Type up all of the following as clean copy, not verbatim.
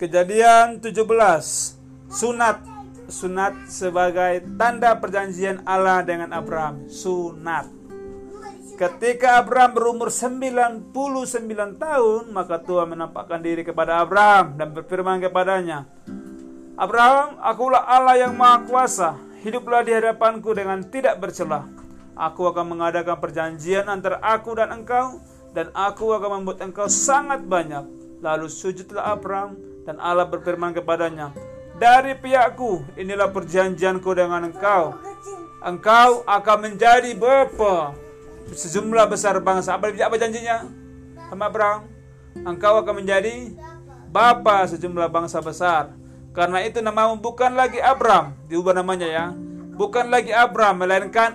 Kejadian 17. Sunat sebagai tanda perjanjian Allah dengan Abraham. Sunat. Ketika Abraham berumur 99 tahun, maka Tuhan menampakkan diri kepada Abraham dan berfirman kepadanya, Abraham, akulah Allah yang Maha Kuasa. Hiduplah di hadapanku dengan tidak bercelah. Aku akan mengadakan perjanjian antara aku dan engkau, dan aku akan membuat engkau sangat banyak. Lalu sujudlah Abraham, dan Allah berfirman kepadanya, dari pihakku, inilah perjanjianku dengan engkau. Engkau akan menjadi bapa sejumlah besar bangsa. Apa janjinya sama Abraham? Engkau akan menjadi bapa sejumlah bangsa besar. Karena itu namamu bukan lagi Abram, diubah namanya ya. Bukan lagi Abram, melainkan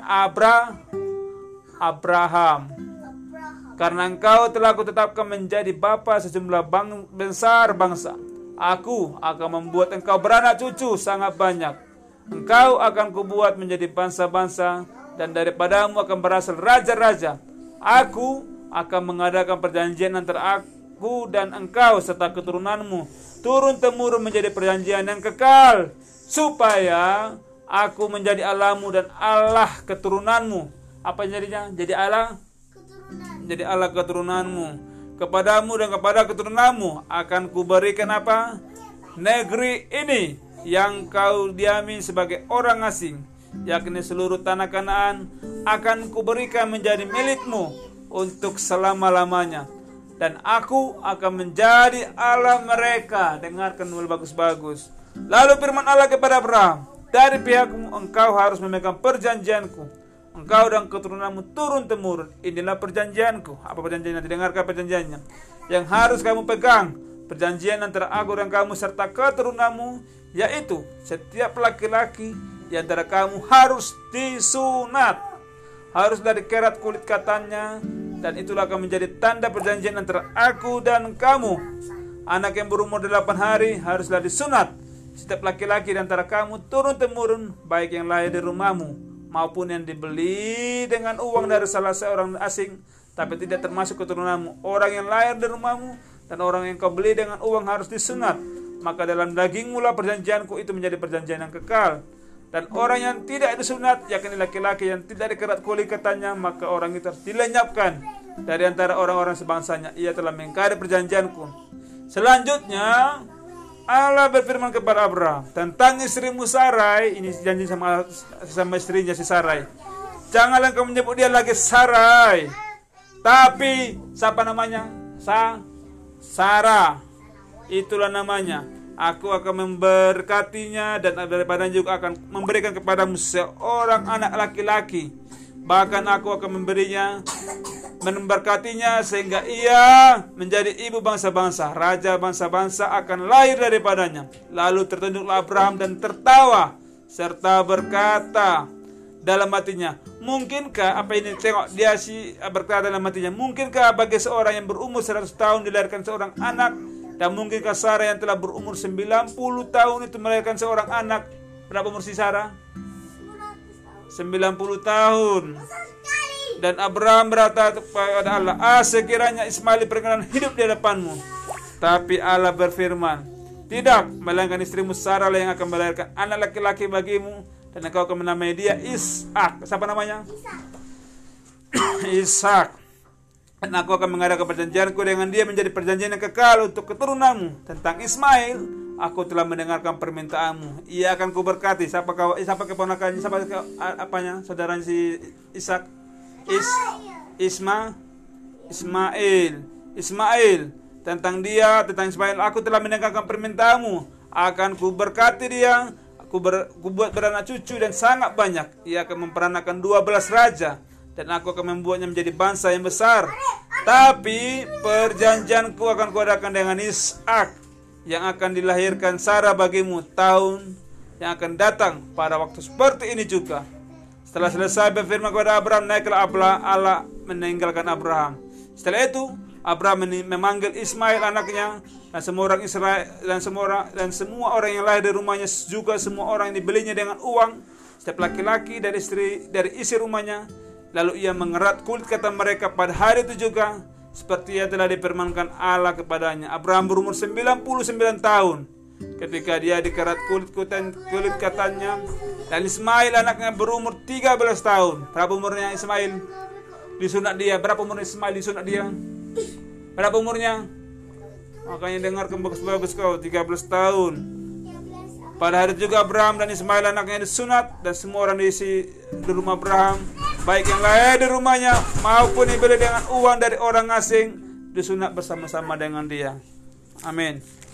Abraham. Karena engkau telah kutetapkan menjadi bapa sejumlah besar bangsa. Aku akan membuat engkau beranak cucu sangat banyak. Engkau akan kubuat menjadi bangsa-bangsa, dan daripadamu akan berasal raja-raja. Aku akan mengadakan perjanjian antara aku dan engkau serta keturunanmu turun-temurun menjadi perjanjian yang kekal, supaya aku menjadi Allahmu dan Allah keturunanmu. Apa jadinya? Jadi Allah keturunanmu. Kepadamu dan kepada keturunanmu akan kuberikan apa? Negeri ini yang kau diami sebagai orang asing, yakni seluruh tanah Kanaan akan kuberikan menjadi milikmu untuk selama-lamanya. Dan aku akan menjadi Allah mereka. Dengarkan dulu bagus-bagus. Lalu firman Allah kepada Abraham, dari pihakmu engkau harus memegang perjanjianku. Engkau dan keturunanmu turun-temurun. Inilah perjanjianku. Apa perjanjiannya? Didengarkan perjanjiannya. Yang harus kamu pegang, perjanjian antara aku dan kamu serta keturunanmu, yaitu setiap laki-laki di antara kamu harus disunat. Haruslah dikerat kulit katanya, dan itulah akan menjadi tanda perjanjian antara aku dan kamu. Anak yang berumur 8 hari haruslah disunat. Setiap laki-laki di antara kamu turun-temurun, baik yang lahir di rumahmu maupun yang dibeli dengan uang dari salah seorang asing, tapi tidak termasuk keturunanmu. Orang yang lahir di rumahmu dan orang yang kau beli dengan uang harus disunat. Maka dalam dagingmu lah perjanjianku itu menjadi perjanjian yang kekal. Dan orang yang tidak disunat, yakni laki-laki yang tidak dikerat kulit katanya, maka orang itu harus dilenyapkan dari antara orang-orang sebangsanya. Ia telah mengingkari perjanjianku. Selanjutnya Allah berfirman kepada Abraham tentang istrimu Sarai. Ini janji sama istrinya si Sarai. Janganlah kau menyebut dia lagi Sarai, tapi siapa namanya? Sarah. Itulah namanya. Aku akan memberkatinya, dan daripadanya juga akan memberikan kepadamu seorang anak laki-laki. Bahkan aku akan memberkatinya sehingga ia menjadi ibu bangsa-bangsa. Raja bangsa-bangsa akan lahir daripadanya. Lalu tertunduklah Abraham dan tertawa serta berkata dalam hatinya, mungkinkah, apa ini, tengok dia berkata dalam hatinya, mungkinkah bagi seorang yang berumur 100 tahun dilahirkan seorang anak, dan mungkinkah Sarah yang telah berumur 90 tahun itu melahirkan seorang anak? Berapa umur si Sarah? 90 tahun. Dan Abraham berkata kepada Allah, sekiranya Ismail berkenan hidup di hadapanmu. Tapi Allah berfirman, tidak, melainkan istrimu Sarah yang akan melahirkan anak laki-laki bagimu, dan engkau akan menamai dia Ishak. Siapa namanya? Ishak. Dan aku akan mengadakan perjanjianku dengan dia menjadi perjanjian yang kekal untuk keturunanmu. Tentang Ismail, aku telah mendengarkan permintaanmu. Ia akan kuberkati. Siapa keponakannya? Siapa apanya? Saudaranya si Ishak? Ismail. Tentang dia, tentang Ismail, aku telah mendengarkan permintaanmu. Akan kuberkati dia. Aku buat beranak cucu dan sangat banyak. Ia akan memperanakan 12 raja, dan aku akan membuatnya menjadi bangsa yang besar. Tapi perjanjianku akan kuadakan dengan Ishak, yang akan dilahirkan Sarah bagimu tahun yang akan datang pada waktu seperti ini juga. Setelah selesai berfirman kepada Abraham, naiklah Allah meninggalkan Abraham. Setelah itu Abraham memanggil Ismail anaknya, dan semua orang Israel dan semua orang yang lahir dari rumahnya, juga semua orang yang dibelinya dengan uang, setiap laki-laki dari isi rumahnya. Lalu ia mengerat kulit kata mereka pada hari itu juga, seperti yang telah difirmankan Allah kepadanya. Abraham berumur 99 tahun ketika dia dikerat kulit katanya. Dan Ismail anaknya berumur 13 tahun. Berapa umurnya Ismail? Disunat dia. Berapa umurnya Ismail disunat dia? Berapa umurnya? Makanya dengarkan bagus-bagus kau, 13 tahun. Pada hari juga Abraham dan Ismail anaknya disunat, dan semua orang di rumah Abraham, baik yang lain di rumahnya maupun dibeli dengan uang dari orang asing, disunat bersama-sama dengan dia. Amin.